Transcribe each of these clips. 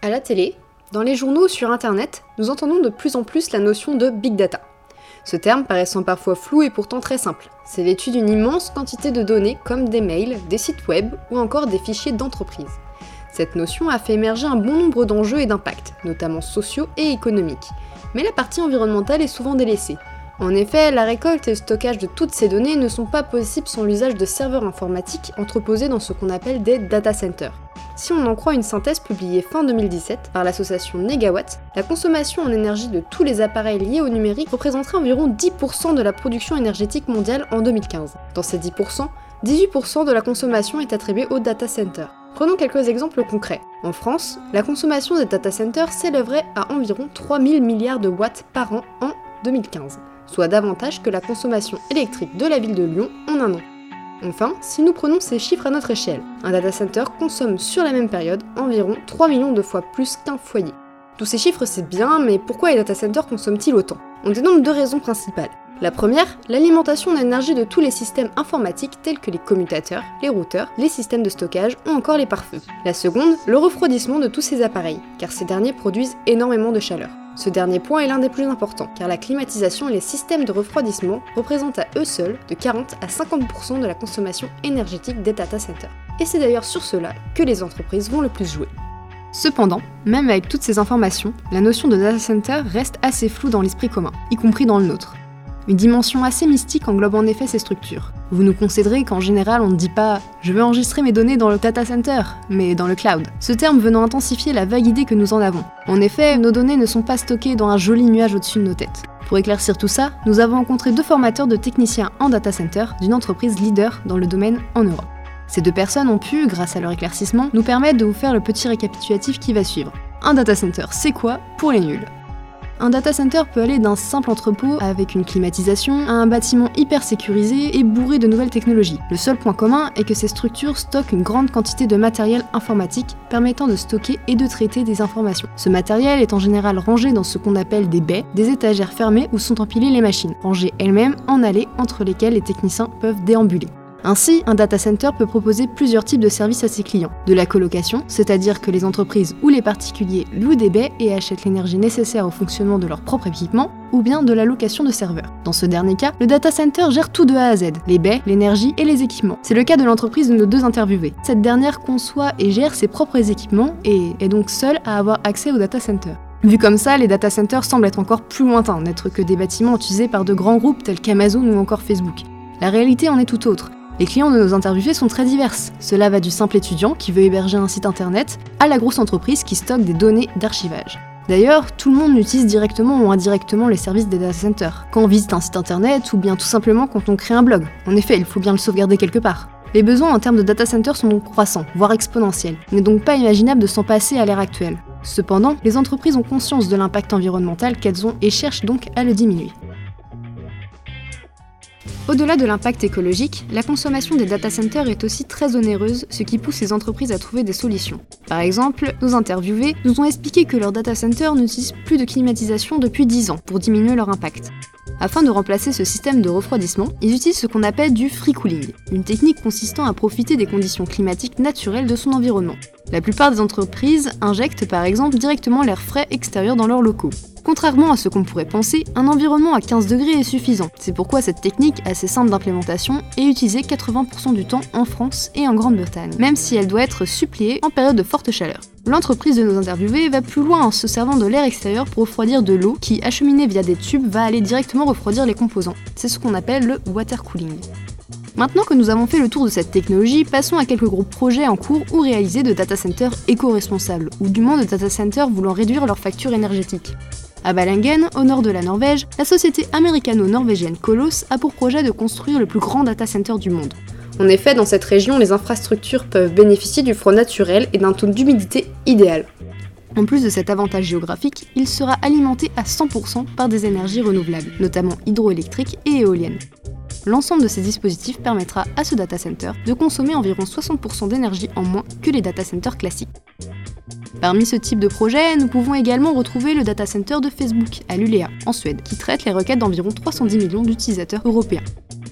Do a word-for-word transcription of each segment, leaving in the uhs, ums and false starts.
À la télé, dans les journaux ou sur internet, nous entendons de plus en plus la notion de Big Data. Ce terme paraissant parfois flou et pourtant très simple. C'est l'étude d'une immense quantité de données comme des mails, des sites web ou encore des fichiers d'entreprise. Cette notion a fait émerger un bon nombre d'enjeux et d'impacts, notamment sociaux et économiques. Mais la partie environnementale est souvent délaissée. En effet, la récolte et le stockage de toutes ces données ne sont pas possibles sans l'usage de serveurs informatiques entreposés dans ce qu'on appelle des data centers. Si on en croit une synthèse publiée fin deux mille dix-sept par l'association Negawatt, la consommation en énergie de tous les appareils liés au numérique représenterait environ dix pour cent de la production énergétique mondiale en deux mille quinze. Dans ces dix pour cent, dix-huit pour cent de la consommation est attribuée aux data centers. Prenons quelques exemples concrets. En France, la consommation des data centers s'élèverait à environ trois mille milliards de watts par an en deux mille quinze, soit davantage que la consommation électrique de la ville de Lyon en un an. Enfin, si nous prenons ces chiffres à notre échelle, un data center consomme sur la même période environ trois millions de fois plus qu'un foyer. Tous ces chiffres c'est bien, mais pourquoi les data centers consomment-ils autant? On dénombre deux raisons principales. La première, l'alimentation en énergie de tous les systèmes informatiques tels que les commutateurs, les routeurs, les systèmes de stockage ou encore les pare-feux. La seconde, le refroidissement de tous ces appareils, car ces derniers produisent énormément de chaleur. Ce dernier point est l'un des plus importants, car la climatisation et les systèmes de refroidissement représentent à eux seuls de quarante à cinquante pour cent de la consommation énergétique des data centers. Et c'est d'ailleurs sur cela que les entreprises vont le plus jouer. Cependant, même avec toutes ces informations, la notion de data center reste assez floue dans l'esprit commun, y compris dans le nôtre. Une dimension assez mystique englobe en effet ces structures. Vous nous concéderez qu'en général on ne dit pas « je veux enregistrer mes données dans le data center », mais dans le cloud. Ce terme venant intensifier la vague idée que nous en avons. En effet, nos données ne sont pas stockées dans un joli nuage au-dessus de nos têtes. Pour éclaircir tout ça, nous avons rencontré deux formateurs de techniciens en data center d'une entreprise leader dans le domaine en Europe. Ces deux personnes ont pu, grâce à leur éclaircissement, nous permettre de vous faire le petit récapitulatif qui va suivre. Un data center, c'est quoi pour les nuls ? Un data center peut aller d'un simple entrepôt avec une climatisation à un bâtiment hyper sécurisé et bourré de nouvelles technologies. Le seul point commun est que ces structures stockent une grande quantité de matériel informatique permettant de stocker et de traiter des informations. Ce matériel est en général rangé dans ce qu'on appelle des baies, des étagères fermées où sont empilées les machines, rangées elles-mêmes en allées entre lesquelles les techniciens peuvent déambuler. Ainsi, un data center peut proposer plusieurs types de services à ses clients. De la colocation, c'est-à-dire que les entreprises ou les particuliers louent des baies et achètent l'énergie nécessaire au fonctionnement de leur propre équipement, ou bien de la location de serveurs. Dans ce dernier cas, le data center gère tout de A à Z, les baies, l'énergie et les équipements. C'est le cas de l'entreprise de nos deux interviewés. Cette dernière conçoit et gère ses propres équipements et est donc seule à avoir accès au data center. Vu comme ça, les data centers semblent être encore plus lointains, n'être que des bâtiments utilisés par de grands groupes tels qu'Amazon ou encore Facebook. La réalité en est tout autre. Les clients de nos interviewés sont très diverses. Cela va du simple étudiant qui veut héberger un site internet à la grosse entreprise qui stocke des données d'archivage. D'ailleurs, tout le monde utilise directement ou indirectement les services des data centers, quand on visite un site internet ou bien tout simplement quand on crée un blog. En effet, il faut bien le sauvegarder quelque part. Les besoins en termes de data centers sont donc croissants, voire exponentiels. Il n'est donc pas imaginable de s'en passer à l'ère actuelle. Cependant, les entreprises ont conscience de l'impact environnemental qu'elles ont et cherchent donc à le diminuer. Au-delà de l'impact écologique, la consommation des data centers est aussi très onéreuse, ce qui pousse les entreprises à trouver des solutions. Par exemple, nos interviewés nous ont expliqué que leurs data centers n'utilisent plus de climatisation depuis dix ans pour diminuer leur impact. Afin de remplacer ce système de refroidissement, ils utilisent ce qu'on appelle du free cooling, une technique consistant à profiter des conditions climatiques naturelles de son environnement. La plupart des entreprises injectent par exemple directement l'air frais extérieur dans leurs locaux. Contrairement à ce qu'on pourrait penser, un environnement à quinze degrés est suffisant. C'est pourquoi cette technique, assez simple d'implémentation, est utilisée quatre-vingts pour cent du temps en France et en Grande-Bretagne, même si elle doit être suppliée en période de forte chaleur. L'entreprise de nos interviewés va plus loin en se servant de l'air extérieur pour refroidir de l'eau qui, acheminée via des tubes, va aller directement refroidir les composants. C'est ce qu'on appelle le water cooling. Maintenant que nous avons fait le tour de cette technologie, passons à quelques gros projets en cours ou réalisés de data centers éco-responsables, ou du moins de data centers voulant réduire leur facture énergétique. À Balingen, au nord de la Norvège, la société américano-norvégienne Colos a pour projet de construire le plus grand data center du monde. En effet, dans cette région, les infrastructures peuvent bénéficier du froid naturel et d'un taux d'humidité idéal. En plus de cet avantage géographique, il sera alimenté à cent pour cent par des énergies renouvelables, notamment hydroélectriques et éoliennes. L'ensemble de ces dispositifs permettra à ce data center de consommer environ soixante pour cent d'énergie en moins que les data centers classiques. Parmi ce type de projet, nous pouvons également retrouver le data center de Facebook à Luleå, en Suède, qui traite les requêtes d'environ trois cent dix millions d'utilisateurs européens.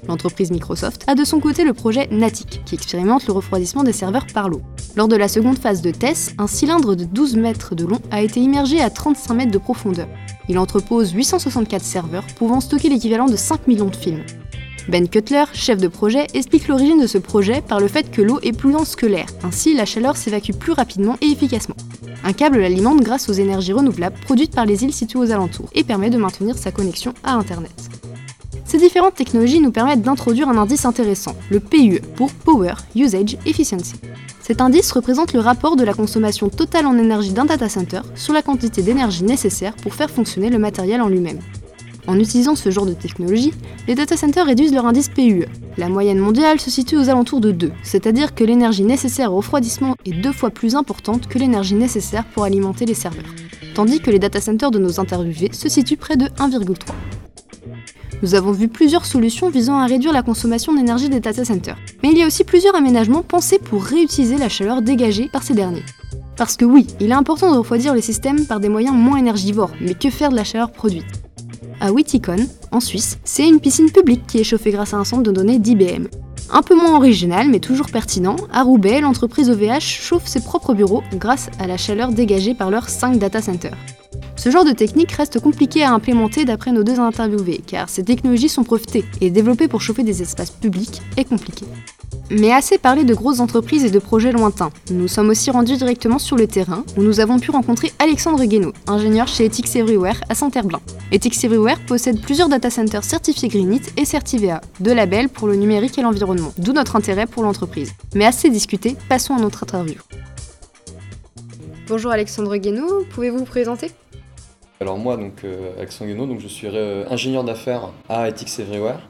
L'entreprise Microsoft a de son côté le projet Natic, qui expérimente le refroidissement des serveurs par l'eau. Lors de la seconde phase de test, un cylindre de douze mètres de long a été immergé à trente-cinq mètres de profondeur. Il entrepose huit cent soixante-quatre serveurs pouvant stocker l'équivalent de cinq millions de films. Ben Cutler, chef de projet, explique l'origine de ce projet par le fait que l'eau est plus dense que l'air, ainsi la chaleur s'évacue plus rapidement et efficacement. Un câble l'alimente grâce aux énergies renouvelables produites par les îles situées aux alentours et permet de maintenir sa connexion à Internet. Ces différentes technologies nous permettent d'introduire un indice intéressant, le P U E, pour Power Usage Efficiency. Cet indice représente le rapport de la consommation totale en énergie d'un data center sur la quantité d'énergie nécessaire pour faire fonctionner le matériel en lui-même. En utilisant ce genre de technologie, les data centers réduisent leur indice P U E. La moyenne mondiale se situe aux alentours de deux, c'est-à-dire que l'énergie nécessaire au refroidissement est deux fois plus importante que l'énergie nécessaire pour alimenter les serveurs, tandis que les data centers de nos interviewés se situent près de un virgule trois. Nous avons vu plusieurs solutions visant à réduire la consommation d'énergie des data centers, mais il y a aussi plusieurs aménagements pensés pour réutiliser la chaleur dégagée par ces derniers. Parce que oui, il est important de refroidir les systèmes par des moyens moins énergivores, mais que faire de la chaleur produite ? À Witticon, en Suisse, c'est une piscine publique qui est chauffée grâce à un centre de données d'I B M. Un peu moins original, mais toujours pertinent, à Roubaix, l'entreprise O V H chauffe ses propres bureaux grâce à la chaleur dégagée par leurs cinq data centers. Ce genre de technique reste compliqué à implémenter d'après nos deux interviewés, car ces technologies sont brevetées et développées pour chauffer des espaces publics est compliqué. Mais assez parlé de grosses entreprises et de projets lointains. Nous sommes aussi rendus directement sur le terrain, où nous avons pu rencontrer Alexandre Guénaud, ingénieur chez Ethics Everywhere à Saint-Herblain. Ethics Everywhere possède plusieurs data centers certifiés Greenit et Certivea, deux labels pour le numérique et l'environnement, d'où notre intérêt pour l'entreprise. Mais assez discuté, passons à notre interview. Bonjour Alexandre Guénaud, pouvez-vous vous présenter ? Alors moi, donc euh, Alexandre Guénaud, donc je suis euh, ingénieur d'affaires à Ethics Everywhere.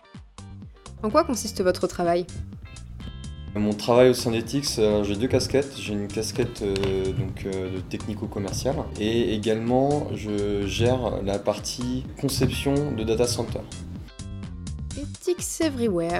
En quoi consiste votre travail ? Mon travail au sein d'Ethics, euh, j'ai deux casquettes. J'ai une casquette euh, donc, euh, de technico-commercial et également je gère la partie conception de data center. Ethics Everywhere.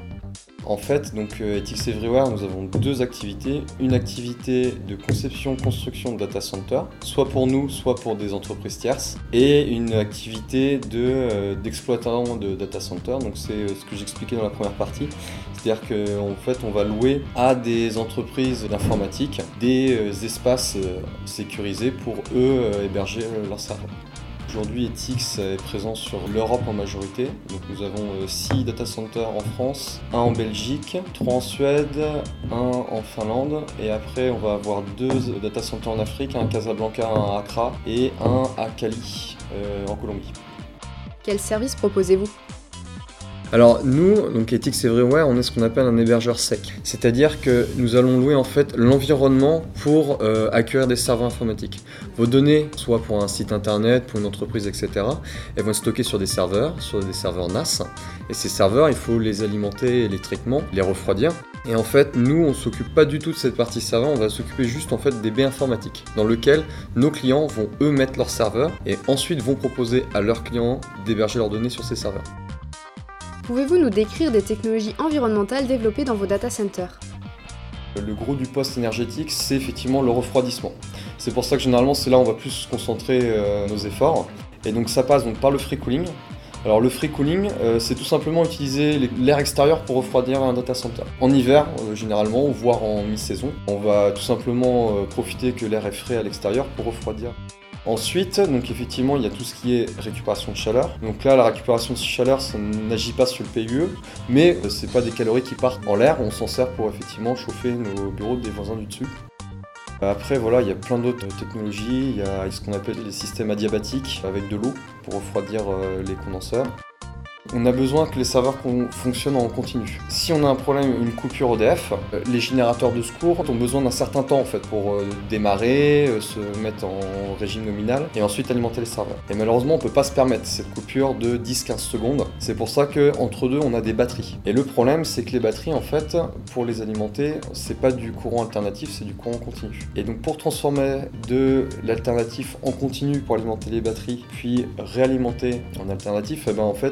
En fait, donc euh, Ethics Everywhere, nous avons deux activités. Une activité de conception-construction de data center, soit pour nous, soit pour des entreprises tierces, et une activité de, euh, d'exploitant de data center. Donc c'est euh, ce que j'expliquais dans la première partie. C'est-à-dire qu'en fait, on va louer à des entreprises d'informatique des euh, espaces euh, sécurisés pour eux euh, héberger euh, leurs serveurs. Aujourd'hui, Ethics est présent sur l'Europe en majorité. Donc, nous avons six data centers en France, un en Belgique, trois en Suède, un en Finlande. Et après, on va avoir deux data centers en Afrique, un à Casablanca, un à Accra et un à Cali, euh, en Colombie. Quels services proposez-vous ? Alors nous, donc Ethics Everywhere, on est ce qu'on appelle un hébergeur sec. C'est-à-dire que nous allons louer en fait l'environnement pour euh, accueillir des serveurs informatiques. Vos données, soit pour un site internet, pour une entreprise, et cetera, elles vont être stockées sur des serveurs, sur des serveurs N A S. Et ces serveurs, il faut les alimenter électriquement, les refroidir. Et en fait, nous, on ne s'occupe pas du tout de cette partie serveur, on va s'occuper juste en fait des baies informatiques, dans lequel nos clients vont eux mettre leurs serveurs et ensuite vont proposer à leurs clients d'héberger leurs données sur ces serveurs. Pouvez-vous nous décrire des technologies environnementales développées dans vos data centers ? Le gros du poste énergétique, c'est effectivement le refroidissement. C'est pour ça que généralement, c'est là où on va plus concentrer euh, nos efforts. Et donc ça passe donc par le free cooling. Alors le free cooling, euh, c'est tout simplement utiliser l'air extérieur pour refroidir un data center. En hiver, euh, généralement, voire en mi-saison, on va tout simplement euh, profiter que l'air est frais à l'extérieur pour refroidir. Ensuite, donc effectivement, il y a tout ce qui est récupération de chaleur. Donc là, la récupération de chaleur, ça n'agit pas sur le P U E, mais ce n'est pas des calories qui partent en l'air, on s'en sert pour effectivement chauffer nos bureaux des voisins du dessus. Après, voilà, il y a plein d'autres technologies. Il y a ce qu'on appelle les systèmes adiabatiques avec de l'eau pour refroidir les condenseurs. On a besoin que les serveurs fonctionnent en continu. Si on a un problème, une coupure E D F, les générateurs de secours ont besoin d'un certain temps en fait, pour démarrer, se mettre en régime nominal et ensuite alimenter les serveurs. Et malheureusement, on ne peut pas se permettre cette coupure de dix à quinze secondes. C'est pour ça qu'entre deux, on a des batteries. Et le problème, c'est que les batteries, en fait, pour les alimenter, c'est pas du courant alternatif, c'est du courant continu. Et donc pour transformer de l'alternatif en continu pour alimenter les batteries, puis réalimenter en alternatif, eh ben, en fait, cette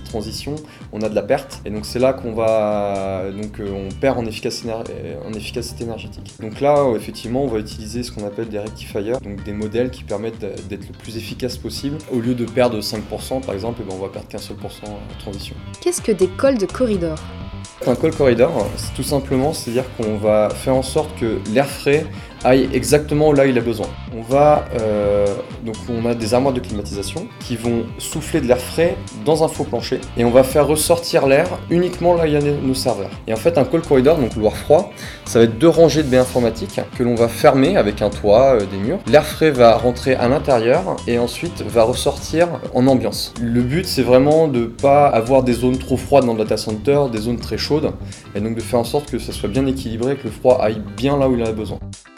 cette transition, on a de la perte. Et donc c'est là qu'on va, donc on perd en efficacité, en efficacité énergétique. Donc là, effectivement, on va utiliser ce qu'on appelle des rectifiers, donc des modèles qui permettent d'être le plus efficace possible. Au lieu de perdre cinq pour cent par exemple, et ben on va perdre qu'un seul pour cent en transition. Qu'est-ce que des cold corridors ? Un cold corridor, c'est tout simplement, c'est-à-dire qu'on va faire en sorte que l'air frais aille exactement là où il a besoin. On va, euh, donc on a des armoires de climatisation qui vont souffler de l'air frais dans un faux plancher et on va faire ressortir l'air uniquement là où il y a nos serveurs. Et en fait, un cold corridor, donc couloir froid, ça va être deux rangées de baies informatiques que l'on va fermer avec un toit, euh, des murs. L'air frais va rentrer à l'intérieur et ensuite va ressortir en ambiance. Le but, c'est vraiment de ne pas avoir des zones trop froides dans le data center, des zones très chaudes, et donc de faire en sorte que ça soit bien équilibré, que le froid aille bien là où il en a besoin.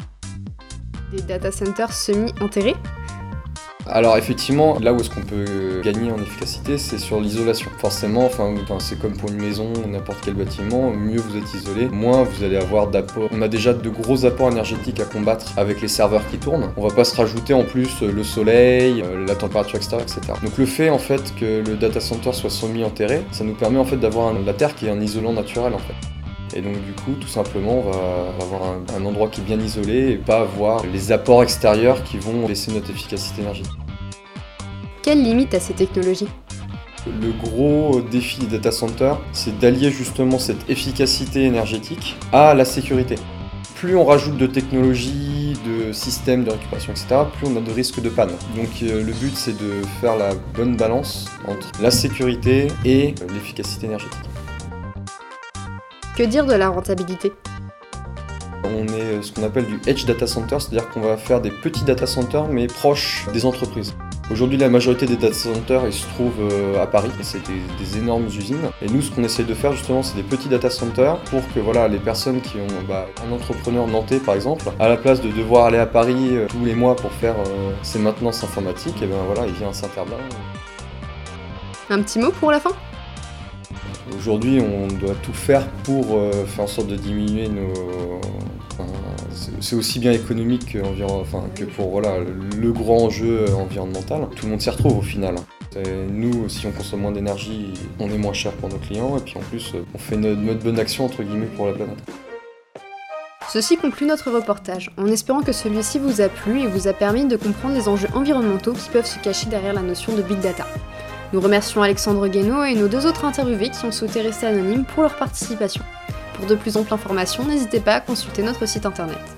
Des data centers semi-enterrés ? Alors effectivement, là où est-ce qu'on peut gagner en efficacité, c'est sur l'isolation. Forcément, enfin, c'est comme pour une maison, n'importe quel bâtiment, mieux vous êtes isolé, moins vous allez avoir d'apports. On a déjà de gros apports énergétiques à combattre avec les serveurs qui tournent. On va pas se rajouter en plus le soleil, la température extérieure, et cetera. Donc le fait en fait que le data center soit semi-enterré, ça nous permet en fait d'avoir la terre qui est un isolant naturel en fait. Et donc du coup, tout simplement, on va avoir un, un endroit qui est bien isolé et pas avoir les apports extérieurs qui vont laisser notre efficacité énergétique. Quelle limite à ces technologies ? Le gros défi des data centers, c'est d'allier justement cette efficacité énergétique à la sécurité. Plus on rajoute de technologies, de systèmes de récupération, et cetera, plus on a de risques de panne. Donc euh, le but, c'est de faire la bonne balance entre la sécurité et euh, l'efficacité énergétique. Que dire de la rentabilité ? On est ce qu'on appelle du edge data center, c'est-à-dire qu'on va faire des petits data centers mais proches des entreprises. Aujourd'hui, la majorité des data centers ils se trouvent à Paris, et c'est des, des énormes usines. Et nous, ce qu'on essaye de faire justement, c'est des petits data centers pour que voilà, les personnes qui ont bah, un entrepreneur nantais par exemple, à la place de devoir aller à Paris euh, tous les mois pour faire euh, ses maintenances informatiques, et ben voilà, il vient à Saint-Herblain. Un petit mot pour la fin ? Aujourd'hui, on doit tout faire pour euh, faire en sorte de diminuer nos... Enfin, c'est aussi bien économique que, environ... enfin, que pour voilà, le grand enjeu environnemental. Tout le monde s'y retrouve au final. Et nous, si on consomme moins d'énergie, on est moins cher pour nos clients et puis en plus, on fait notre, notre bonne action entre guillemets pour la planète. Ceci conclut notre reportage, en espérant que celui-ci vous a plu et vous a permis de comprendre les enjeux environnementaux qui peuvent se cacher derrière la notion de Big Data. Nous remercions Alexandre Guénaud et nos deux autres interviewés qui ont souhaité rester anonymes pour leur participation. Pour de plus amples informations, n'hésitez pas à consulter notre site internet.